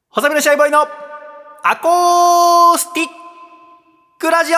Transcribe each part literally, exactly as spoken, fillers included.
細身のシャイボーイのアコースティックラジオ。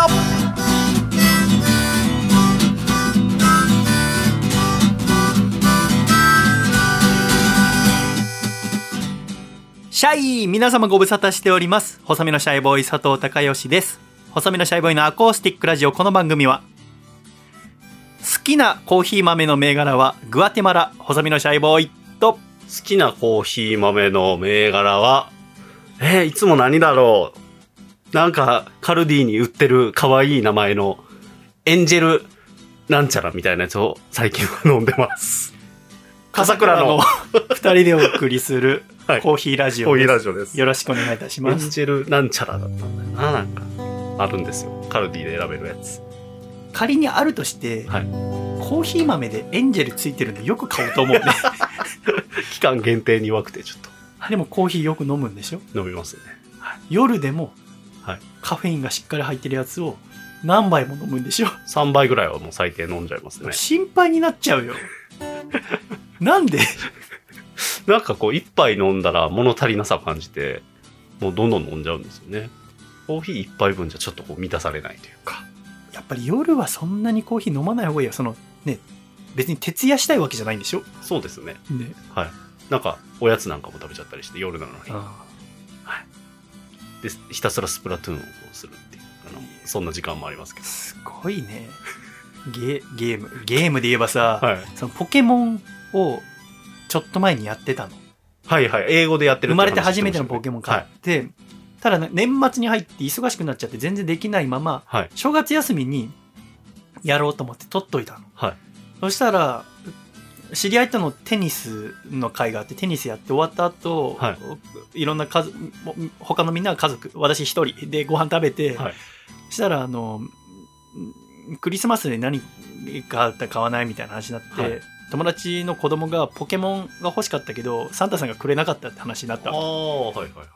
シャイ皆様ご無沙汰しております。細身のシャイボーイ佐藤孝義です。細身のシャイボーイのアコースティックラジオ。この番組は好きなコーヒー豆の銘柄はグアテマラ細身のシャイボーイと、 好きなコーヒー豆の銘柄はえー、いつも何だろう、なんかカルディに売ってる可愛い名前のエンジェルなんちゃらみたいなやつを最近は飲んでます。笠倉のふたりでお送りするコーヒーラジオです。はい、コーヒーラジオです。よろしくお願いいたします。 エンジェルなんちゃらだったんだよな。なんかあるんですよ、カルディで選べるやつ。 仮にあるとして、はい、コーヒー豆でエンジェルついてるのよく買うと思うね。 期間限定に弱くてちょっと。 でもコーヒーよく飲むんでしょ。 飲みますね、 はい、夜でも、はい、カフェインがしっかり入ってるやつを何杯も飲むんでしょ。 さんばいぐらいはもう最低飲んじゃいますね。 心配になっちゃうよ。なんでなんかこう一杯飲んだら物足りなさを感じて、もうどんどん飲んじゃうんですよね。コーヒー一杯分じゃちょっとこう満たされないというか。 やっぱり夜はそんなにコーヒー飲まない方がいいよ。そのね、別に徹夜したいわけじゃないんでしょ。 そうですね。 ね、 はい。なんかおやつなんかも食べちゃったりして夜なのに、はい、でひたすらスプラトゥーンをするっていう、あのそんな時間もありますけど。 すごいね。ゲ, ゲームゲームで言えばさ、はい、そのポケモンをちょっと前にやってたの。 はいはい。英語でやってるって話してましたね。 生まれて初めてのポケモン買って、はい、ただ、ね、年末に入って忙しくなっちゃって全然できないまま、はい、正月休みにやろうと思って取っといたの、はい、そしたら知り合いとのテニスの会があって、テニスやって終わった後、はい、いろんな家族、他のみんなは家族、私一人でご飯食べて、はい、そしたらあのクリスマスで何かあったら買わないみたいな話になって、はい、友達の子供がポケモンが欲しかったけどサンタさんがくれなかったって話になった。あ、はいはいはい。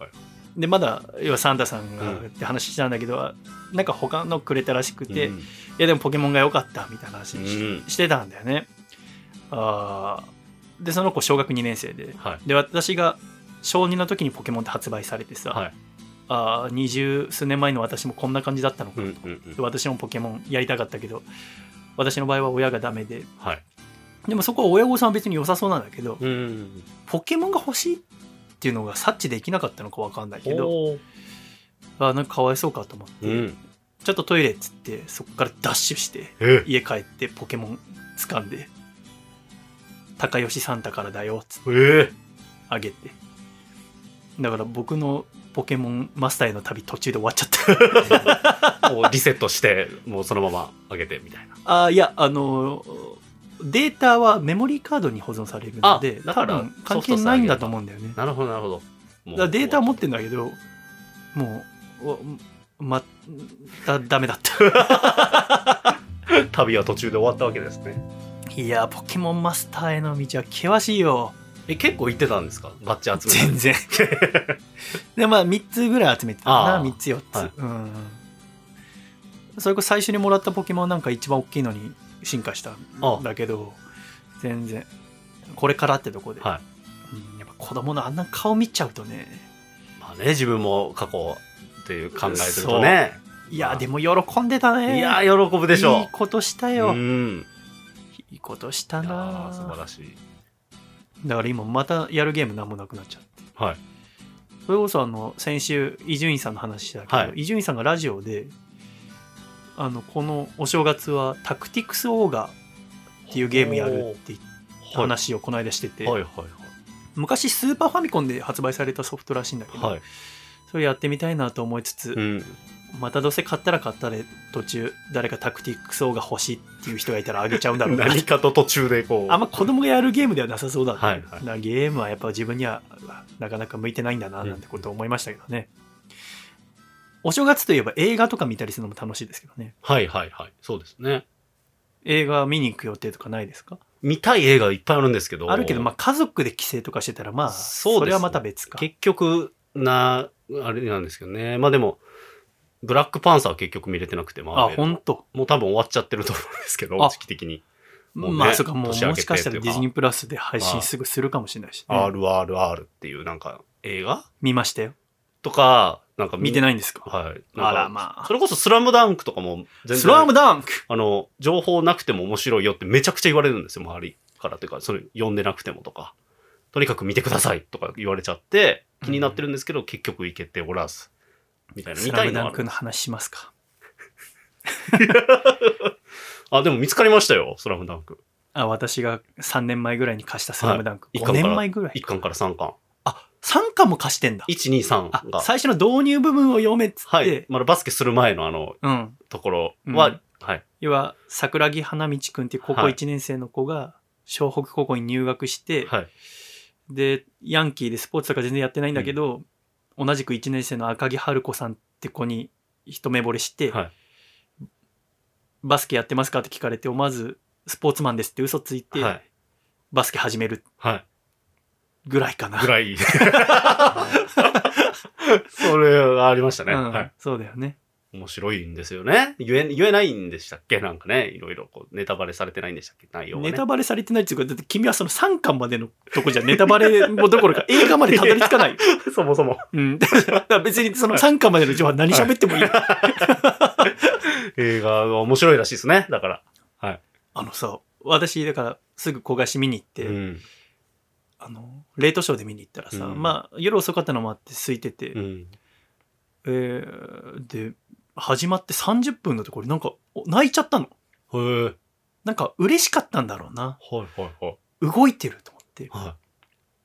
でまだ要はサンタさんがって話したんだけど、うん、なんか他のくれたらしくて、うん、いやでもポケモンが良かったみたいな話し、うん、してたんだよね。あでその子小学にねん生で、はい、で私が小にの時にポケモンって発売されてさ、はい、あ二十数年前の私もこんな感じだったのかと、うんうんうん、で私もポケモンやりたかったけど私の場合は親がダメで、はい、でもそこは親御さんは別に良さそうなんだけど、うんうんうん、ポケモンが欲しいっていうのが察知できなかったのか分かんないけど、あなんかかわいそうかと思って、うん、ちょっとトイレっつってそこからダッシュして家帰ってポケモン掴んで、高吉サンタからだよっつってあげて、だから僕のポケモンマスターへの旅途中で終わっちゃったもうリセットしてもうそのままあげてみたいな。 あいやあのデータはメモリーカードに保存されるので、だから関係ないんだと思うんだよね。 なるほどなるほど。 だからデータは持ってるんだけどもうまたダメだった旅は途中で終わったわけですね。 いやポケモンマスターへの道は険しいよ。 え結構行ってたんですか、バッチ集めて。 全然でまあみっつぐらい集めてたな。みっつよっつ、はい、うん、それこそ最初にもらったポケモンなんか一番大きいのに進化したんだけど、全然これからってとこで、はい、うん、やっぱ子供のあんな顔見ちゃうとね、 まあね、自分も過去っていう考えてるとね、 いやでも喜んでたね。 いや喜ぶでしょう。 いいことしたよ。うん、いいことしたな。いや素晴らしい。 だから今またやるゲームなんもなくなっちゃって、はい、それこそあの先週伊集院さんの話したけど、伊集院さんがラジオであのこのお正月はタクティクスオーガっていうゲームやるって話をこの間してて、はいはいはいはい、昔スーパーファミコンで発売されたソフトらしいんだけど、はい、それやってみたいなと思いつつ、うん、またどうせ買ったら買ったで途中誰かタクティクスオーガ欲しいっていう人がいたらあげちゃうんだろうな何かと途中でこうあんま子供がやるゲームではなさそうだった、はいはい、なゲームはやっぱ自分にはなかなか向いてないんだななんてことを思いましたけどね、うん、お正月といえば映画とか見たりするのも楽しいですけどね。 はいはいはい、そうですね。 映画見に行く予定とかないですか？ 見たい映画いっぱいあるんですけど、 あるけど、まあ、家族で帰省とかしてたらまあ そ, それはまた別か。 結局なあれなんですけどね。まあでもブラックパンサーは結局見れてなくて、まあ、 あ本当もう多分終わっちゃってると思うんですけど、時期的にもうねまあ、そうか、もう、 年明けてもしかしたらっていうかディズニープラスで配信すぐするかもしれないし、ね。 アールアールアール っていうなんか映画見ましたよ。 とか、なんか見てないんですか？ はい。なんかあら、まあ。 それこそスラムダンクとかも全然。 スラムダンクあの、情報なくても面白いよってめちゃくちゃ言われるんですよ、周りから。っていうか、それ読んでなくてもとか。とにかく見てくださいとか言われちゃって、気になってるんですけど、うん、結局行けておらず。みたいな。 スラムダンクの話しますか？ あ、でも見つかりましたよ、スラムダンク。 あ、私がさんねんまえぐらいに貸したスラムダンク。 はい、 ごねんまえぐらい。 いっかんからさんかん。 あ、さんかんも貸してんだ。 いち、に、さんが。 最初の導入部分を読めっつって。 はい。まだバスケする前のあの、うん、ところは、うん、はい。 要は、桜木花道くんっていう高校いちねん生の子が、湘北高校に入学して、はい。で、ヤンキーでスポーツとか全然やってないんだけど、うん、同じくいちねん生の赤木春子さんって子に一目惚れして、はい、バスケやってますかって聞かれて、まず、スポーツマンですって嘘ついて、はい、バスケ始める。はい。ぐらいかな。 ぐらい。それはありましたね、 うん。 はい。 そうだよね。 面白いんですよね。言え、言えないんでしたっけなんかね、いろいろこうネタバレされてないんでしたっけ内容はね。 ネタバレされてないっていうか、だって君はそのさんかんまでのとこじゃネタバレもどころか映画までたどり着かない。 そもそも。 うん。だから別にそのさんかんまでの情報は何喋ってもいい。 はい、映画は面白いらしいですね。だから。はい。 あのさ、私だからすぐ小菓子見に行って、うん、あの、レートショーで見に行ったらさ、うん、まあ夜遅かったのもあって空いてて、うん、えー、で、始まってさんじゅっぷんのところなんか泣いちゃったの。へえ。なんか嬉しかったんだろうな。 はいはいはい。 動いてると思って。はい。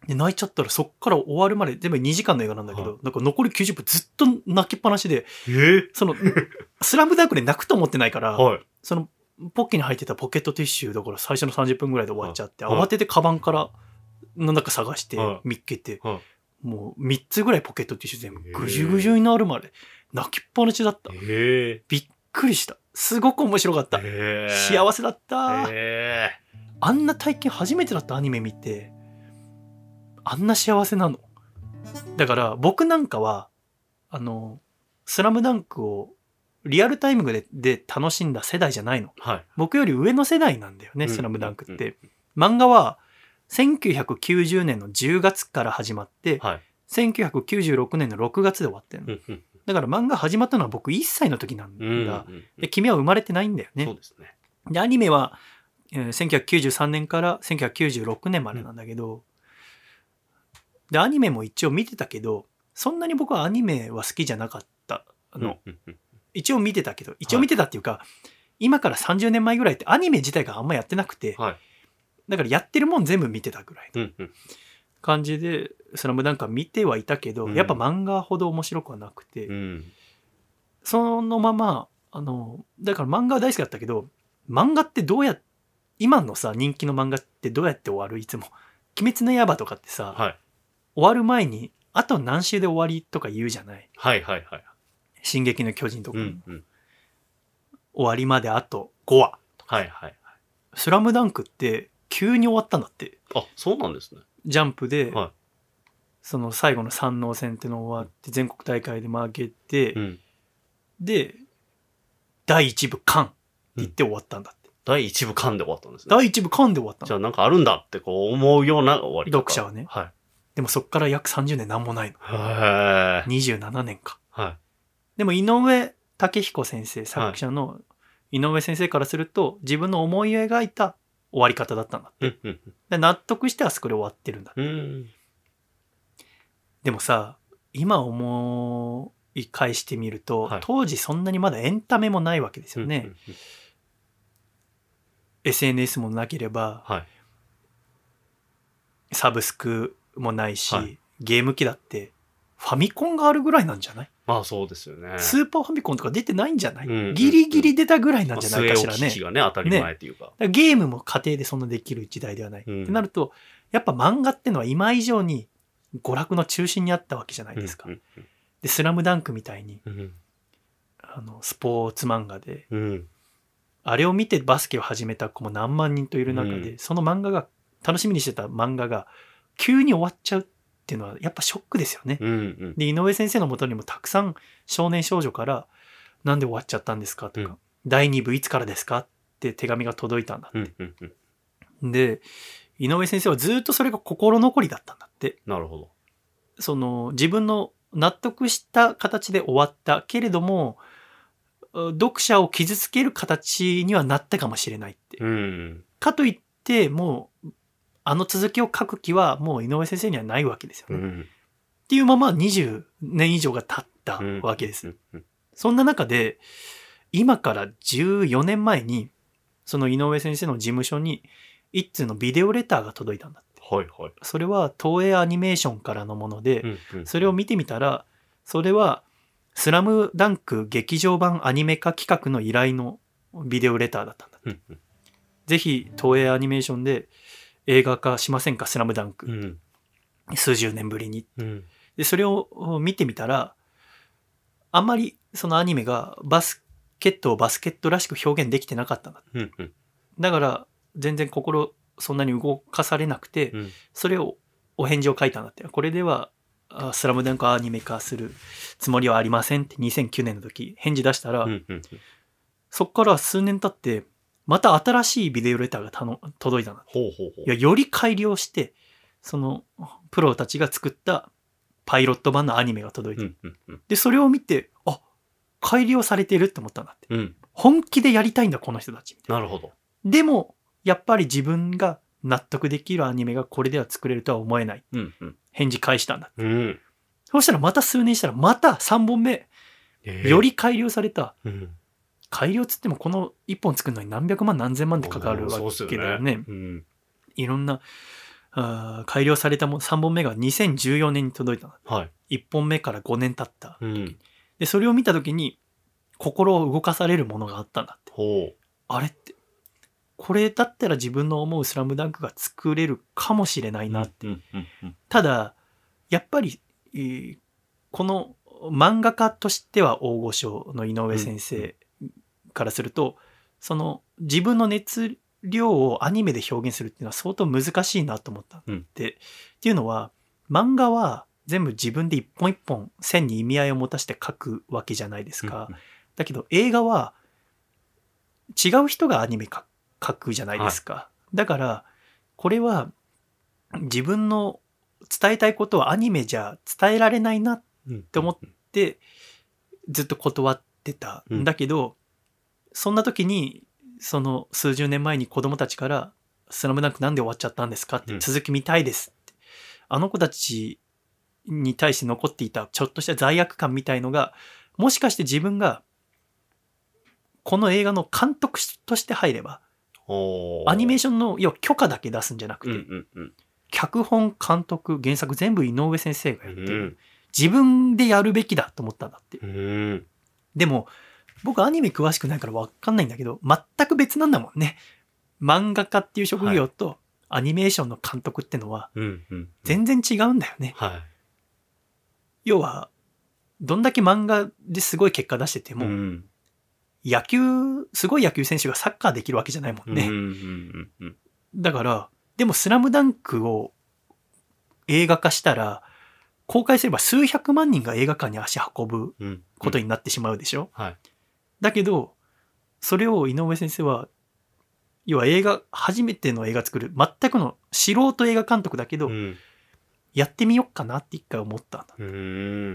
で、泣いちゃったらそっから終わるまで、全部にじかんの映画なんだけど、はい、なんか残りきゅうじゅっぷんずっと泣きっぱなしで、 えー、 その、スラムダンクで泣くと思ってないから、はい、その、ポッケに入ってたポケットティッシュだから最初のさんじゅっぷんぐらいで終わっちゃって、はい、慌ててカバンからなんだか探して見っけて、はいはい、もうみっつぐらいポケットティッシュ全部ぐじゅぐじゅになるまで泣きっぱなしだった。びっくりした。すごく面白かった。幸せだった。あんな体験初めてだった。アニメ見てあんな幸せなの。だから僕なんかはあのスラムダンクをリアルタイムでで楽しんだ世代じゃないの、はい、僕より上の世代なんだよね、うん、スラムダンクって、うん、漫画はせんきゅうひゃくきゅうじゅうねんのじゅうがつから始まって、はい、せんきゅうひゃくきゅうじゅうろくねんのろくがつで終わってるの、うん、だから漫画始まったのは僕いっさいの時なんだ、うん、で君は生まれてないんだよね。 そうですね。 でアニメは、えー、せんきゅうひゃくきゅうじゅうさんねんからせんきゅうひゃくきゅうじゅうろくねんまでなんだけど、うん、でアニメも一応見てたけどそんなに僕はアニメは好きじゃなかったの、うんうん、一応見てたけど一応見てたっていうか、はい、今からさんじゅうねんまえぐらいってアニメ自体があんまやってなくて、はい、だからやってるもん全部見てたぐらいの感じでスラムダンクは見てはいたけど、うん、やっぱ漫画ほど面白くはなくて、うん、そのままあのだから漫画は大好きだったけど漫画ってどうや今のさ人気の漫画ってどうやって終わるいつも鬼滅の刃とかってさ、はい、終わる前にあと何週で終わりとか言うじゃない。 はいはいはい。 進撃の巨人とかも、 うんうん、 終わりまであとごわとか、 はいはいはい、 スラムダンクって急に終わったんだって。 あ、そうなんですね。 ジャンプで、 はい、 その最後の三能戦っての終わって全国大会で負けて、うん、でだいいち部完って言って終わったんだって、うん、 だいいち部完で終わったんですね。 だいいち部完で終わったの。 じゃあなんかあるんだってこう思うような終わり方。 読者はね、 はい、 でもそっから約さんじゅうねんなんもないの。 へー、 にじゅうななねんか、 はい、でも井上武彦先生作者の井上先生からすると自分の思い描いた終わり方だったんだって、うんうん、で納得してあそこで終わってるんだって、うん、でもさ今思い返してみると、はい、当時そんなにまだエンタメもないわけですよね、うんうんうん、エスエヌエス もなければ、はい、サブスクもないし、はい、ゲーム機だってファミコンがあるぐらいなんじゃない？ まあそうですよね。 スーパーファミコンとか出てないんじゃない？うんうんうん、ギリギリ出たぐらいなんじゃないかしらね。 据え置き機がね当たり前というか。 ね、ゲームも家庭でそんなできる時代ではない。うん、ってなるとやっぱ漫画ってのは今以上に娯楽の中心にあったわけじゃないですか。うんうんうん、でスラムダンクみたいに、うん、あのスポーツ漫画で、うん、あれを見てバスケを始めた子も何万人といる中で、うん、その漫画が楽しみにしてた漫画が急に終わっちゃうっていうのはやっぱショックですよね、うんうん、で井上先生のもとにもたくさん少年少女からなんで終わっちゃったんですかとか、うん、だいに部いつからですかっって手紙が届いたんだって。 うんうんうん、 で、井上先生はずっとそれが心残りだったんだって。 なるほど。 その自分の納得した形で終わったけれども、読者を傷つける形にはなったかもしれないって。 うん、 かといってもうあの続きを書く気はもう井上先生にはないわけですよね。うん、っていうままにじゅうねん以上が経ったわけです。うんうんうん、そんな中で今からじゅうよねんまえにその井上先生の事務所に一通のビデオレターが届いたんだって。 はいはい、 それは東映アニメーションからのもので、うんうん、それを見てみたらそれはスラムダンク劇場版アニメ化企画の依頼のビデオレターだったんだって。うんうん、ぜひ東映アニメーションで映画化しませんかスラムダンク、うん、数十年ぶりに、うん、でそれを見てみたらあんまりそのアニメがバスケットをバスケットらしく表現できてなかったんだ、うんうん、だから全然心そんなに動かされなくて、うん、それをお返事を書いたんだって。これではスラムダンクアニメ化するつもりはありませんってにせんきゅうねんの時返事出したら、うんうんうん、そっから数年経ってまた新しいビデオレターがたの届いたんだって。 ほうほうほう。 いやより改良してそのプロたちが作ったパイロット版のアニメが届いて、うんうんうん、でそれを見てあ改良されてるって思ったんだって、うん、本気でやりたいんだこの人たちみたいな。 なるほど。 でもやっぱり自分が納得できるアニメがこれでは作れるとは思えない、うんうん、返事返したんだって、うん、そうしたらまた数年したらまたさんぼんめ、えー、より改良された、うん、改良つってもこのいっぽん作るのに何百万何千万ってかかるわけだよね、うん、いろんなあ改良されたもさんぼんめがにせんじゅうよねんに届いた、はい、いっぽんめからごねん経った、うん、でそれを見た時に心を動かされるものがあったんだって。 ほうあれってこれだったら自分の思うスラムダンクが作れるかもしれないなって、うんうんうん、ただやっぱり、えー、この漫画家としては大御所の井上先生からすると、うんうん、その自分の熱量をアニメで表現するっていうのは相当難しいなと思ったんで、うん、っていうのは漫画は全部自分で一本一本線に意味合いを持たせて書くわけじゃないですか、うんうん、だけど映画は違う人がアニメ書く書くじゃないですか、はい、だからこれは自分の伝えたいことはアニメじゃ伝えられないなって思ってずっと断ってたんだけど、うん、そんな時にその数十年前に子供たちからスラムダンクなんで終わっちゃったんですかって、うん、続き見たいですってあの子たちに対して残っていたちょっとした罪悪感みたいのがもしかして自分がこの映画の監督として入ればアニメーションの要は許可だけ出すんじゃなくて、うんうんうん、脚本監督原作全部井上先生がやってる、うん、自分でやるべきだと思ったんだって、うん、でも僕アニメ詳しくないから分かんないんだけど全く別なんだもんね。漫画家っていう職業とアニメーションの監督ってのは全然違うんだよね、はい、要はどんだけ漫画ですごい結果出してても、うん野球すごい野球選手がサッカーできるわけじゃないもんね、うんうんうんうん、だからでもスラムダンクを映画化したら公開すれば数百万人が映画館に足運ぶことになってしまうでしょ、うんうんはい、だけどそれを井上先生は要は映画初めての映画作る全くの素人映画監督だけど、うん、やってみよっかなって一回思ったんだ、うん、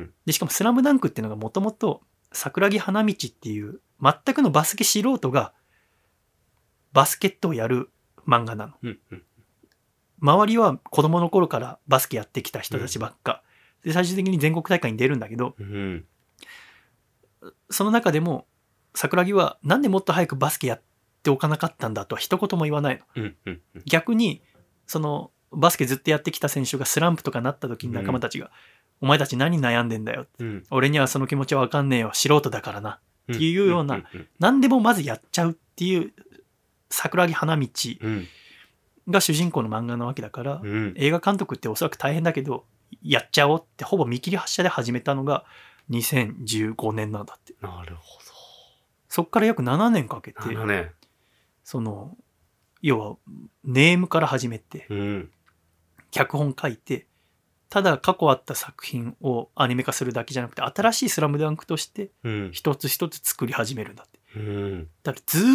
でしかもスラムダンクっていうのがもともと桜木花道っていう全くのバスケ素人がバスケットをやる漫画なの、うんうん、周りは子供の頃からバスケやってきた人たちばっか、うん、で最終的に全国大会に出るんだけど、うん、その中でも桜木はなんでもっと早くバスケやっておかなかったんだとは一言も言わないの、うんうんうん、逆にそのバスケずっとやってきた選手がスランプとかなった時に仲間たちが、うん、お前たち何悩んでんだよ、うん、俺にはその気持ちは分かんねえよ素人だからなっていうような、うんうんうんうん、何でもまずやっちゃうっていう桜木花道が主人公の漫画なわけだから、うん、映画監督っておそらく大変だけどやっちゃおうってほぼ見切り発車で始めたのがにせんじゅうごねんなんだって。 なるほど。 そっから約ななねんかけてななねんその要はネームから始めて、うん、脚本書いてただ過去あった作品をアニメ化するだけじゃなくて新しいスラムダンクとして一つ一つ作り始めるんだって、うん、だからずっ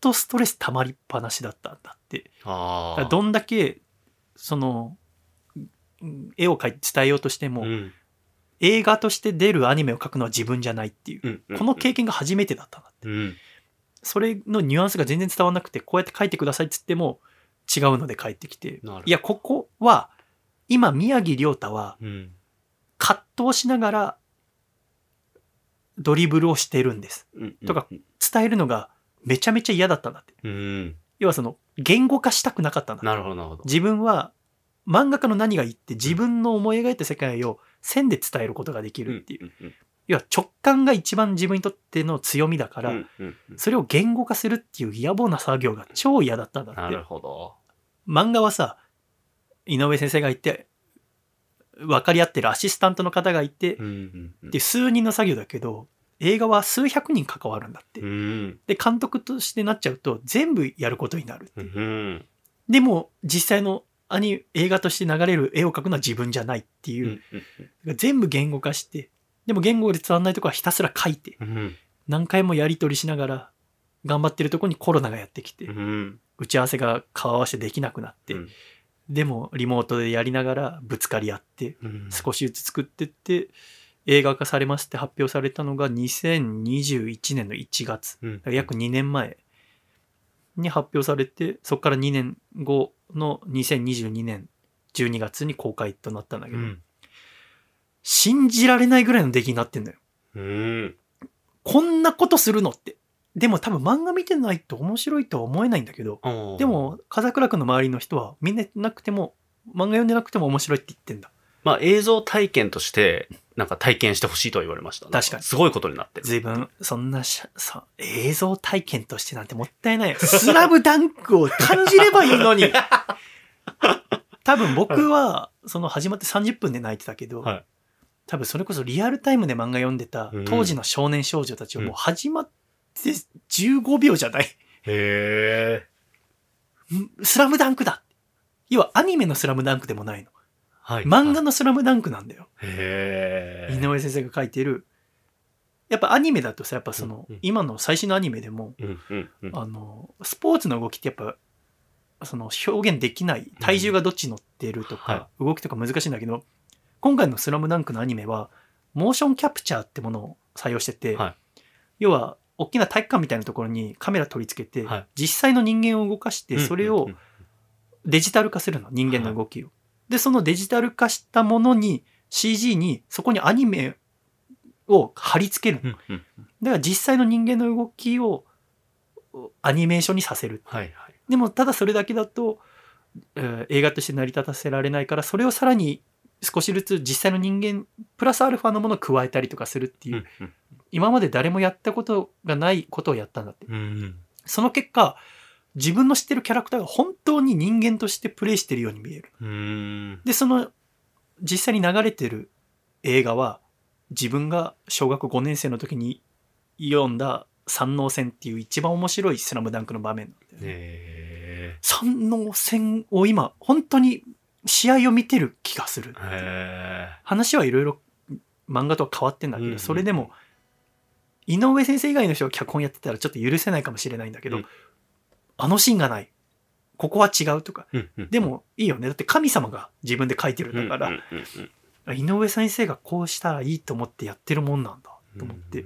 とストレス溜まりっぱなしだったんだって。 あだからどんだけその絵を描いて伝えようとしても、うん、映画として出るアニメを描くのは自分じゃないっていう、うんうん、この経験が初めてだったんだって、うん、それのニュアンスが全然伝わらなくて、こうやって描いてくださいっつっても違うので返ってきて、いやここは今宮城亮太は葛藤しながらドリブルをしてるんです、うんうんうん、とか伝えるのがめちゃめちゃ嫌だったんだって、うん、要はその言語化したくなかったんだ。 なるほどなるほど。 自分は漫画家の何がいいって自分の思い描いた世界を線で伝えることができるっていう、うんうんうん、要は直感が一番自分にとっての強みだから、うんうんうん、それを言語化するっていう野暮な作業が超嫌だったんだって。 なるほど。 漫画はさ、井上先生がいて分かり合ってるアシスタントの方がいて、うんうんうん、で数人の作業だけど、映画は数百人関わるんだって、うん、で監督としてなっちゃうと全部やることになるっていう、うん、でも実際のアニ映画として流れる絵を描くのは自分じゃないっていう、うんうん、全部言語化して、でも言語で伝わらないところはひたすら描いて、うん、何回もやり取りしながら頑張ってるところにコロナがやってきて、うん、打ち合わせが顔合わせできなくなって、うん、でもリモートでやりながらぶつかり合って、うん、少しずつ作ってって映画化されますって発表されたのがにせんにじゅういちねんのいちがつ、うん、約にねんまえに発表されて、そこからにねんごのにせんにじゅうにねんじゅうにがつに公開となったんだけど、うん、信じられないぐらいの出来になってんだよ、うん、こんなことするのって。でも多分漫画見てないと面白いとは思えないんだけど、でも風倉くんの周りの人はみんななくても漫画読んでなくても面白いって言ってんだ。 まあ映像体験としてなんか体験してほしいとは言われました。 確かにすごいことになってる。 随分そんなしさ映像体験としてなんてもったいないよ。スラムダンクを感じればいいのに。多分僕はその始まってさんじゅっぷんで泣いてたけど、はい、多分それこそリアルタイムで漫画読んでた当時の少年少女たちはもう始まってじゅうごびょうじゃない。 へー。スラムダンクだ。要はアニメのスラムダンクでもないの。はい、漫画のスラムダンクなんだよ。 へー。 井上先生が書いてる。やっぱアニメだとさ、やっぱその、うんうん、今の最新のアニメでも、うんうんうん、あの、スポーツの動きってやっぱ、その表現できない、体重がどっち乗ってるとか、うんはい、動きとか難しいんだけど、今回のスラムダンクのアニメは、モーションキャプチャーってものを採用してて、はい、要は、大きな体育館みたいなところにカメラ取り付けて、はい、実際の人間を動かして、それをデジタル化するの、人間の動きを。はい、で、そのデジタル化したものに、シージー に、そこにアニメを貼り付けるの。だから実際の人間の動きをアニメーションにさせる。はいはい、でも、ただそれだけだと、えー、映画として成り立たせられないから、それをさらに少しずつ実際の人間、プラスアルファのものを加えたりとかするっていう、今まで誰もやったことがないことをやったんだって。うん、その結果、自分の知ってるキャラクターが本当に人間としてプレイしてるように見える。うん、で、その実際に流れてる映画は自分が小学ごねん生の時に読んだ三能戦っていう一番面白いスラムダンクの場面なんだよね。へー。三能戦を今本当に試合を見てる気がする。へー。話はいろいろ漫画とは変わってんだけど、うんうん、それでも井上先生以外の人が脚本やってたらちょっと許せないかもしれないんだけど、うん、あのシーンがない、ここは違うとか、うんうん、でもいいよね、だって神様が自分で書いてるんだから、うんうんうん、井上先生がこうしたらいいと思ってやってるもんなんだと思って、うん、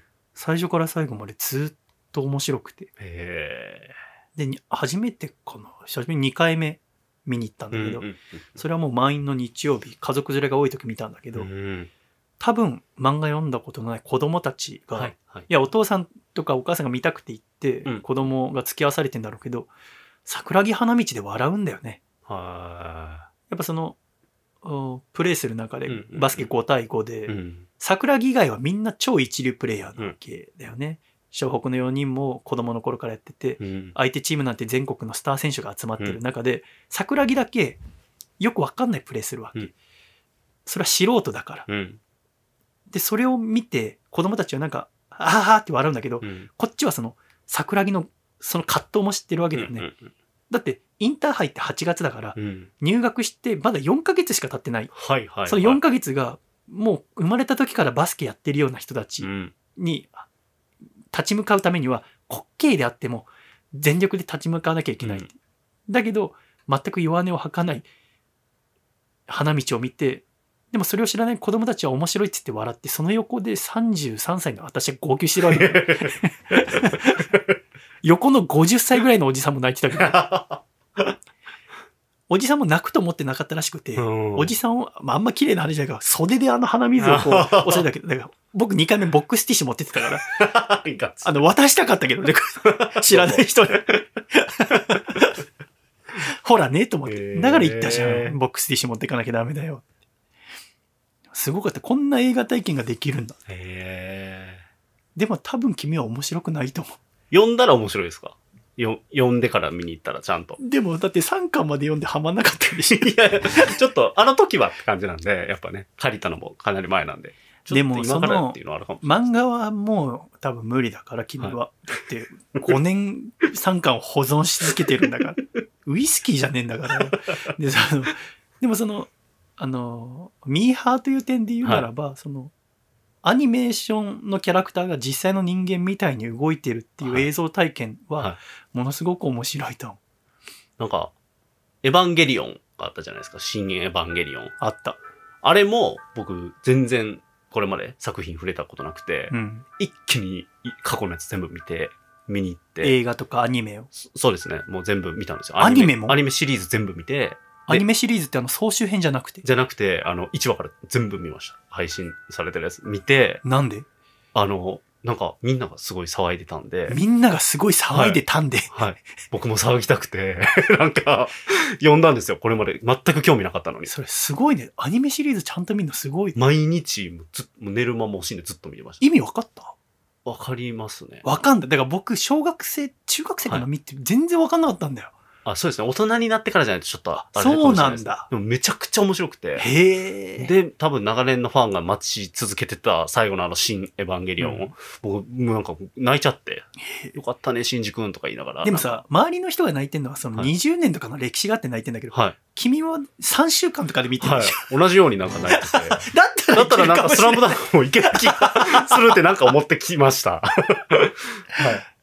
最初から最後までずっと面白くて、へー。で初めてかな、久しぶりににかいめ見に行ったんだけど、うんうんうん、それはもう満員の日曜日、家族連れが多い時見たんだけど、うん、多分漫画読んだことのない子供たちが、はいはい、いやお父さんとかお母さんが見たくて行って、うん、子供が付き合わされてんだろうけど、桜木花道で笑うんだよね。はやっぱそのプレイする中でバスケごたいごで、うんうん、桜木以外はみんな超一流プレイヤーなわけだよね。湘北のよにんも子供の頃からやってて、うん、相手チームなんて全国のスター選手が集まってる中で、うん、桜木だけよく分かんないプレイするわけ、うん、それは素人だから、うん、でそれを見て子供たちはなんかあーって笑うんだけど、うん、こっちはその桜木のその葛藤も知ってるわけだよね、うんうんうん、だってインターハイってはちがつだから、うん、入学してまだよんかげつしか経ってない、はいはいはい、そのよんかげつがもう生まれた時からバスケやってるような人たちに立ち向かうためには滑稽であっても全力で立ち向かわなきゃいけない、うん、だけど全く弱音を吐かない花道を見て、でもそれを知らない子供たちは面白いっつって笑って、その横でさんじゅうさんさいの私が号泣してるわけ横のごじゅっさいぐらいのおじさんも泣いてたけどおじさんも泣くと思ってなかったらしくて、うん、おじさんを、まあ、あんま綺麗な話じゃないから袖であの鼻水をこう押さえたけど、だから僕にかいめボックスティッシュ持ってってたからあの渡したかったけどね知らない人にほらねと思って、だから言ったじゃん、ボックスティッシュ持っていかなきゃダメだよ。すごかった。こんな映画体験ができるんだ。へでも多分君は面白くないと思う。 読んだら面白いですか？よ読んでから見に行ったらちゃんと。 でもだってさんかんまで読んでハマんなかったでしょ。 いやいや、ちょっとあの時はって感じなんで、やっぱね、借りたのもかなり前なんで。 でもその漫画はもう多分無理だから君は、はい、だってごねんさんかんを保存し続けてるんだからウイスキーじゃねえんだからで, そのでもそのあのミーハーという点で言うならば、はい、そのアニメーションのキャラクターが実際の人間みたいに動いてるっていう映像体験はものすごく面白いと思う、 なんかエヴァンゲリオンがあったじゃないですか。新エヴァンゲリオンあった。 あれも僕全然これまで作品触れたことなくて、うん、一気に過去のやつ全部見て、見に行って。 映画とかアニメを。 そ, そうですね。もう全部見たんですよ。 アニメもアニメシリーズ全部見て。 アニメシリーズってあの総集編じゃなくてじゃなくて、あの、いちわから全部見ました。配信されてるやつ見て。 なんで？ あの、なんかみんながすごい騒いでたんで。 みんながすごい騒いでたんで。 はい。はい、僕も騒ぎたくて、なんか、読んだんですよ。これまで全く興味なかったのに。 それすごいね。アニメシリーズちゃんと見るのすごい、ね。 毎日ずっもう寝る間も惜しんでずっと見てました。 意味わかった？ わかりますね。 わかんない。だから僕、小学生、中学生から見て全然わかんなかったんだよ。はい、 あ、そうですね。大人になってからじゃないとちょっとあれそうなんだ。 でもめちゃくちゃ面白くて。 へー。 で、多分長年のファンが待ち続けてた最後のあの新エヴァンゲリオンを、うん、僕、もうなんか泣いちゃって、よかったね、シンジ君とか言いながら。 でもさ、周りの人が泣いてんのはそのにじゅうねんとかの歴史があって泣いてんだけど、はい、君はさんしゅうかんとかで見てるでしょ、 はい、同じようになんか泣いてて。だったら、 だったらなんかスラムダンクもいける気がするってなんか思ってきました。はい。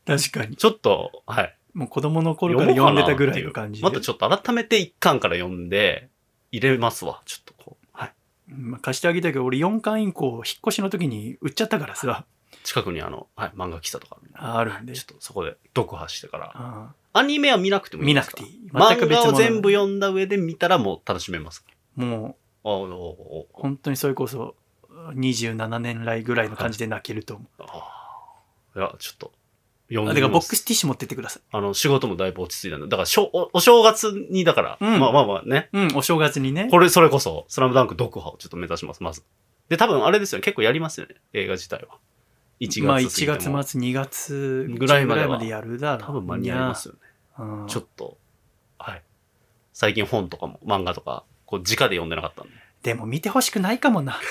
確かに。 ちょっと、はい。 もう子供の頃から読んでたぐらいの感じで。 またちょっと改めて一巻から読んで、入れますわ。ちょっとこう。はい。 まあ、貸してあげたけど、俺よんかん以降、引っ越しの時に売っちゃったからさ。 近くにあの、はい、漫画喫茶とかあるんで。 ちょっとそこで読破してから。あアニメは見なくてもいいですか？ 見なくていい。全く別物。漫画を全部読んだ上で見たらもう楽しめます。 もう、あ本当にそれこそにじゅうななねん来ぐらいの感じで泣けると思う。はい、 あいや、ちょっと。読んでだからボックスティッシュ持ってってください。 あの、仕事もだいぶ落ち着いたんで。だからしょお、お正月に、だから、うん、まあまあまあね。 うん、お正月にね。 これ、それこそ、スラムダンク読破をちょっと目指します、まず。で、多分あれですよね。結構やりますよね。映画自体は。いちがつ。 まあいちがつまつ、にがつぐらいまでまでやるだろう。 多分間に合いますよね。うん、ちょっと、はい。最近本とかも、漫画とか、こう、直で読んでなかったんで。 でも見てほしくないかもな。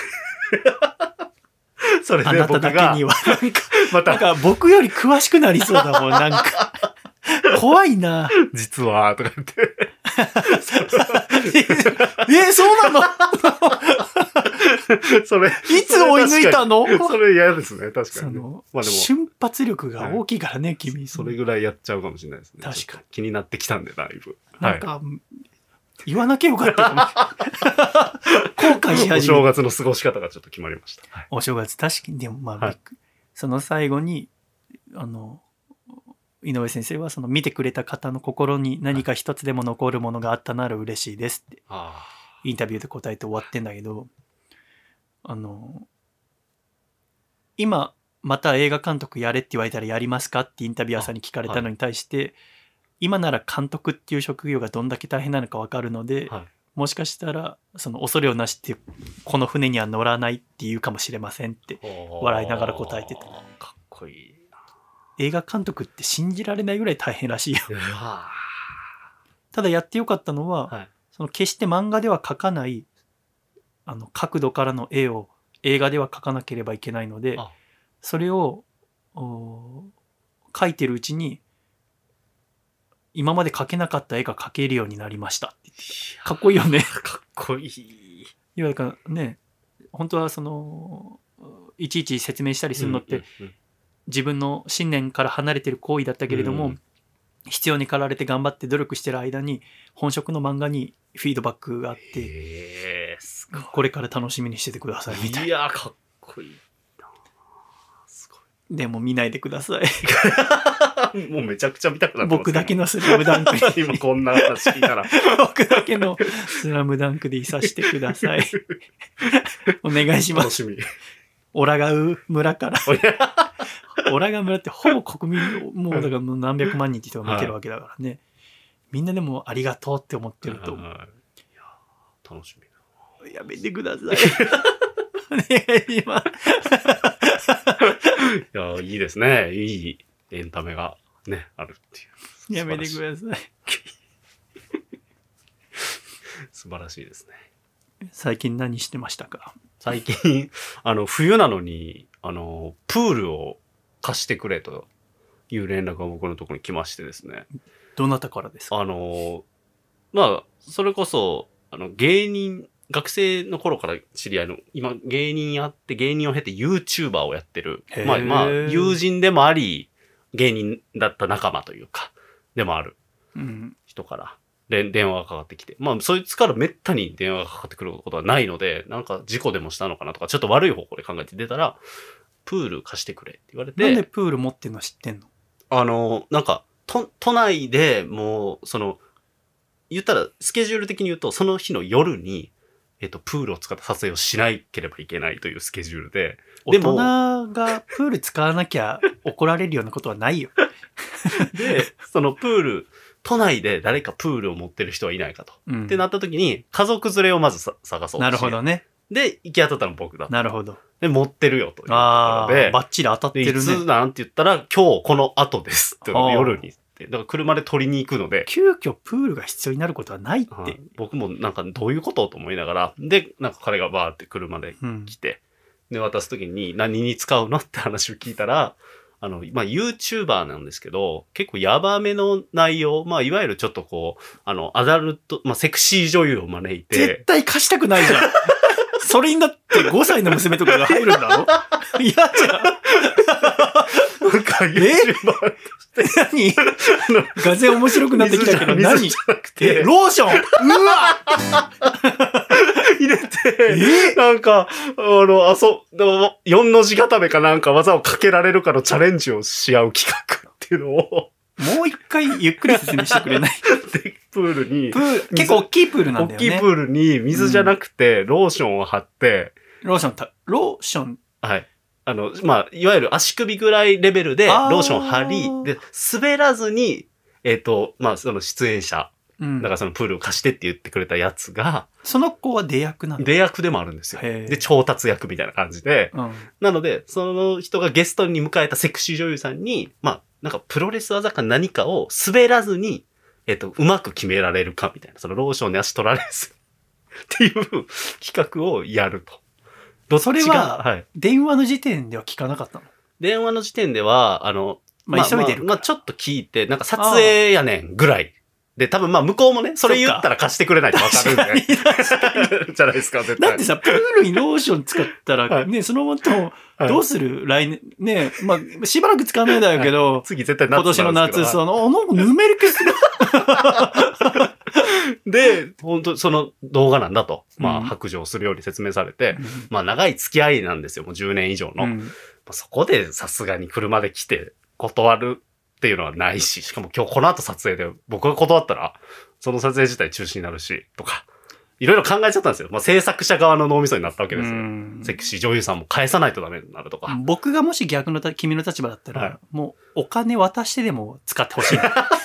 それであなただけには。なんか、またなんか僕より詳しくなりそうだもん、なんか。怖いな。 実は、とか言って。 え、そうなのそれ。 いつ追い抜いたの？ それ嫌ですね、確かに、ね。その、 まあでも瞬発力が大きいからね、はい、君。 それぐらいやっちゃうかもしれないですね。 確かに。 気になってきたんで、だいぶ。 なんか、はい、言わなきゃよかったかも。後悔し始めた。 お正月の過ごし方がちょっと決まりました。はい、 お正月、確かに、でもまあ、はい、その最後に、あの、井上先生はその見てくれた方の心に何か一つでも残るものがあったなら嬉しいですって、インタビューで答えて終わってんだけど、あの、今また映画監督やれって言われたらやりますかってインタビュアーさんに聞かれたのに対して、はい、今なら監督っていう職業がどんだけ大変なのか分かるので、はい、もしかしたらその恐れをなしってこの船には乗らないっていうかもしれませんって笑いながら答えてた。 かっこいい。 映画監督って信じられないぐらい大変らしいよ。ただやってよかったのは、はい、その決して漫画では描かないあの角度からの絵を映画では描かなければいけないので、それを描いてるうちに今まで描けなかった絵が描けるようになりましたって言ってた。かっこいいよね。 かっこいい。 いわゆるね、本当はそのいちいち説明したりするのって、うんうんうん、 自分の信念から離れてる行為だったけれども、うん、必要に駆られて頑張って努力してる間に本職の漫画にフィードバックがあって、これから楽しみにしててくださいみたいな。 いやかっこいいな。すごい。 でも見ないでください。 もうめちゃくちちゃ見たくなってます、ね、 僕だけのスラムダンクに今こんな話聞いたら僕だけのスラムダンクでいさしてください。お願いします。 楽しみ。 オラガウ村からオラガウ村ってほぼ国民もうだから何百万人って人が見てるわけだからね、はい、みんなでもありがとうって思ってると思う。いや楽しみだ。やめてください。お願いします。 いやいいですね。いいエンタメがねあるっていう。 やめてください。 素晴らしいですね。 最近何してましたか？ 最近あの冬なのにあのプールを貸してくれという連絡が僕のところに来ましてですね。 どなたからですか？ あのまあそれこそあの芸人学生の頃から知り合いの今芸人やって芸人を経て YouTuber をやってるまあまあ友人でもあり芸人だった仲間というかでもある人から。で電話がかかってきて。まあ、そいつからめったに電話がかかってくることはないので、なんか事故でもしたのかなとか、ちょっと悪い方向で考えて出たら、プール貸してくれって言われて。 なんでプール持ってんの知ってんの？ あの、なんか、都、都内でもう、その、言ったら、スケジュール的に言うと、その日の夜に、えっと、プールを使った撮影をしなければいけないというスケジュールで。 でも、大人がプール使わなきゃ怒られるようなことはないよ。 で、そのプール、都内で誰かプールを持ってる人はいないかと。うん、ってなった時に、家族連れをまず探そうと。 なるほどね。 で、行き当たったの僕だった。 なるほど。 で、持ってるよというところで。 ああ、バッチリ当たってるね。 いつなんて言ったら、今日この後ですって。夜に。だから車で取りに行くので。 急遽プールが必要になることはないって。はい、 僕もなんかどういうことと思いながら。で、なんか彼がバーって車で来て。うん、で、渡す時に何に使うのって話を聞いたら、あの、まあ、YouTuber なんですけど、結構ヤバめの内容、まあ、いわゆるちょっとこう、あの、アダルト、まあ、セクシー女優を招いて。 絶対貸したくないじゃん。それにだってごさいの娘とかが入るんだろ？嫌じゃん。 なんか YouTuber として。 何？画像面白くなってきたけど何？ 水じゃなくて。 ローション！うわ入れて、なんか、あの、あそ、よんの字固めかなんか技をかけられるかのチャレンジをし合う企画っていうのを。 もう一回ゆっくり説明してくれない？ で、プールに。 プール、結構大きいプールなんだよね。 大きいプールに水じゃなくて、ローションを貼って。 ローションた、ローションはい。あの、まあ、いわゆる足首ぐらいレベルで、ローションを貼り、で、滑らずに、えっと、まあ、その出演者。うん、だからそのプールを貸してって言ってくれたやつが。 その子は出役なの？ 出役でもあるんですよ。で、調達役みたいな感じで。うん、なので、その人がゲストに迎えたセクシー女優さんに、まあ、なんかプロレス技か何かを滑らずに、えっと、うまく決められるかみたいな。そのローションに足取られずっていう企画をやると。 どっちが、それは、はい、電話の時点では聞かなかったの？ 電話の時点では、あの、 まあ、急いでるから。 まあ、まあ、ちょっと聞いて、なんか撮影やねんぐらい。で、多分まあ向こうもね、それ言ったら貸してくれないとわかるんで。じゃないですか、絶対。 だってさ、プールにローション使ったら、はい、ね、そのままどうする、はい、来年、ね、まあ、しばらく使わないだろうけど、はい、 次絶対夏今年の夏、その、あの、ぬめり消すで、本当その動画なんだと、まあ、白状するように説明されて、うん、まあ、長い付き合いなんですよ、もうじゅうねん以上の。うん、そこでさすがに車で来て断るっていうのはないし、しかも今日この後撮影で僕が断ったら、その撮影自体中止になるし、とか、いろいろ考えちゃったんですよ。まあ、制作者側の脳みそになったわけですよ。セクシー女優さんも返さないとダメになるとか。僕がもし逆の君の立場だったら、はい、もうお金渡してでも使ってほしい。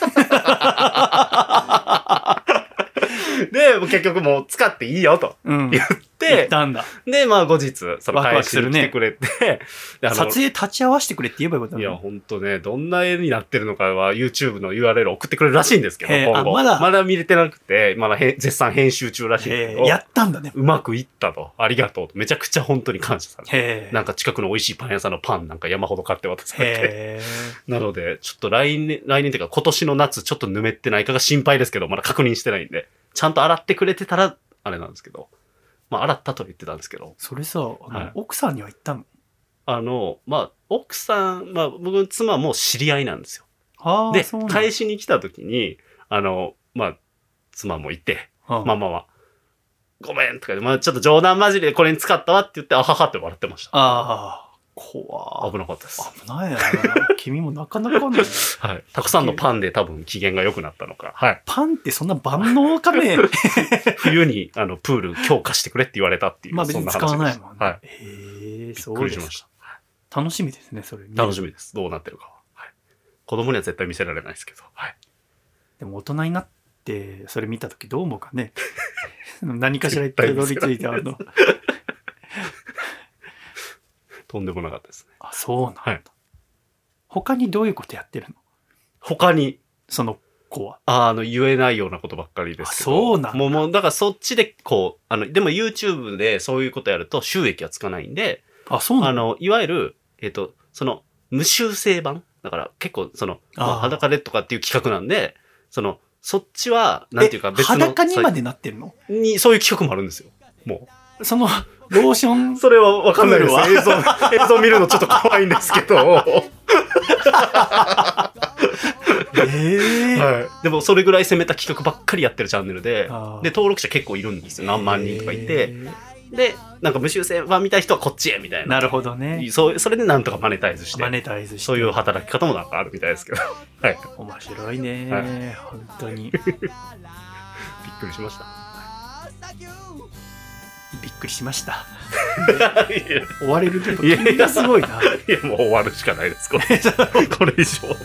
で、 結局もう使っていいよと言って、 言ったんだ。 で、まあ後日、その返しに来てくれて、 ね、撮影立ち会わせてくれって言えばよかったの。 いや、ほんとね、どんな絵になってるのかは YouTube の ユーアールエル 送ってくれるらしいんですけど、今後。まだ、まだ見れてなくて、まだ絶賛編集中らしいんですけど。 やったんだね。 うまくいったと。ありがとうと。めちゃくちゃ本当に感謝されて。なんか近くの美味しいパン屋さんのパンなんか山ほど買って渡されて。なので、ちょっと来年、来年っていうか今年の夏ちょっとぬめってないかが心配ですけど、まだ確認してないんで。ちゃんと洗ってくれてたら、あれなんですけど。まあ、洗ったと言ってたんですけど。 それさ、あの、はい、奥さんには言ったの？ あの、まあ、 奥さん、まあ僕の妻も知り合いなんですよ。 あで、 そうなん返しに来た時に、あの、まあ、妻もいて、 はあ、 ママは、ごめんとかで、まあちょっと冗談交じりでこれに使ったわって言って、あははって笑ってました。 ああ、怖危なかったです。 危ないな。君もなかなかね。 はい。たくさんのパンで多分機嫌が良くなったのか。はい。 パンってそんな万能かね。 冬に、あの、プール強化してくれって言われたっていう。 まあ別に使わないもんね。 はい。 へえ、そうびっくりしました。 楽しみですね、それ。 楽しみです。どうなってるかは。はい。子供には絶対見せられないですけど。はい。 でも大人になって、それ見たときどう思うかね。何かしらたどり着いてあるの。 とんでもなかったですね。 あ、そうなんだ。 はい。 他にどういうことやってるの？ 他に。 その子は。 あ、あの、言えないようなことばっかりですけど。 そうなんだ。 もう、もう、だからそっちで、こう、あの、でも YouTube でそういうことやると収益はつかないんで、 あ、そうなんだ。 あの、いわゆる、えっと、その、無修正版だから結構、その、まあ、裸でとかっていう企画なんで、その、そっちは、なんていうか別の。 裸にまでなってるの？ に、そういう企画もあるんですよ。もう。その、ローション。 それはわかんないです。映像、映像見るのちょっと怖いんですけど。 えーはい、でもそれぐらい攻めた企画ばっかりやってるチャンネルで、で、登録者結構いるんですよ。何万人とかいて。で、なんか無修正版見たい人はこっちへみたいな。 なるほどね。 そう、それでなんとかマネタイズして。 マネタイズして。 そういう働き方もなんかあるみたいですけど。はい。 面白いね、はい、本当に。びっくりしました。 びっくりしました。終われるけど、君がすごいな。 いや、もう終わるしかないです。これこれ以上はもう。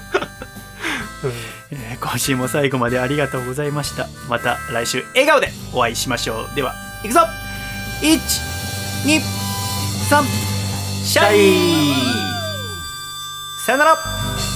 えー、今週も最後までありがとうございました。また来週笑顔でお会いしましょう。では、いくぞ !いち、に、さん、シャイさよなら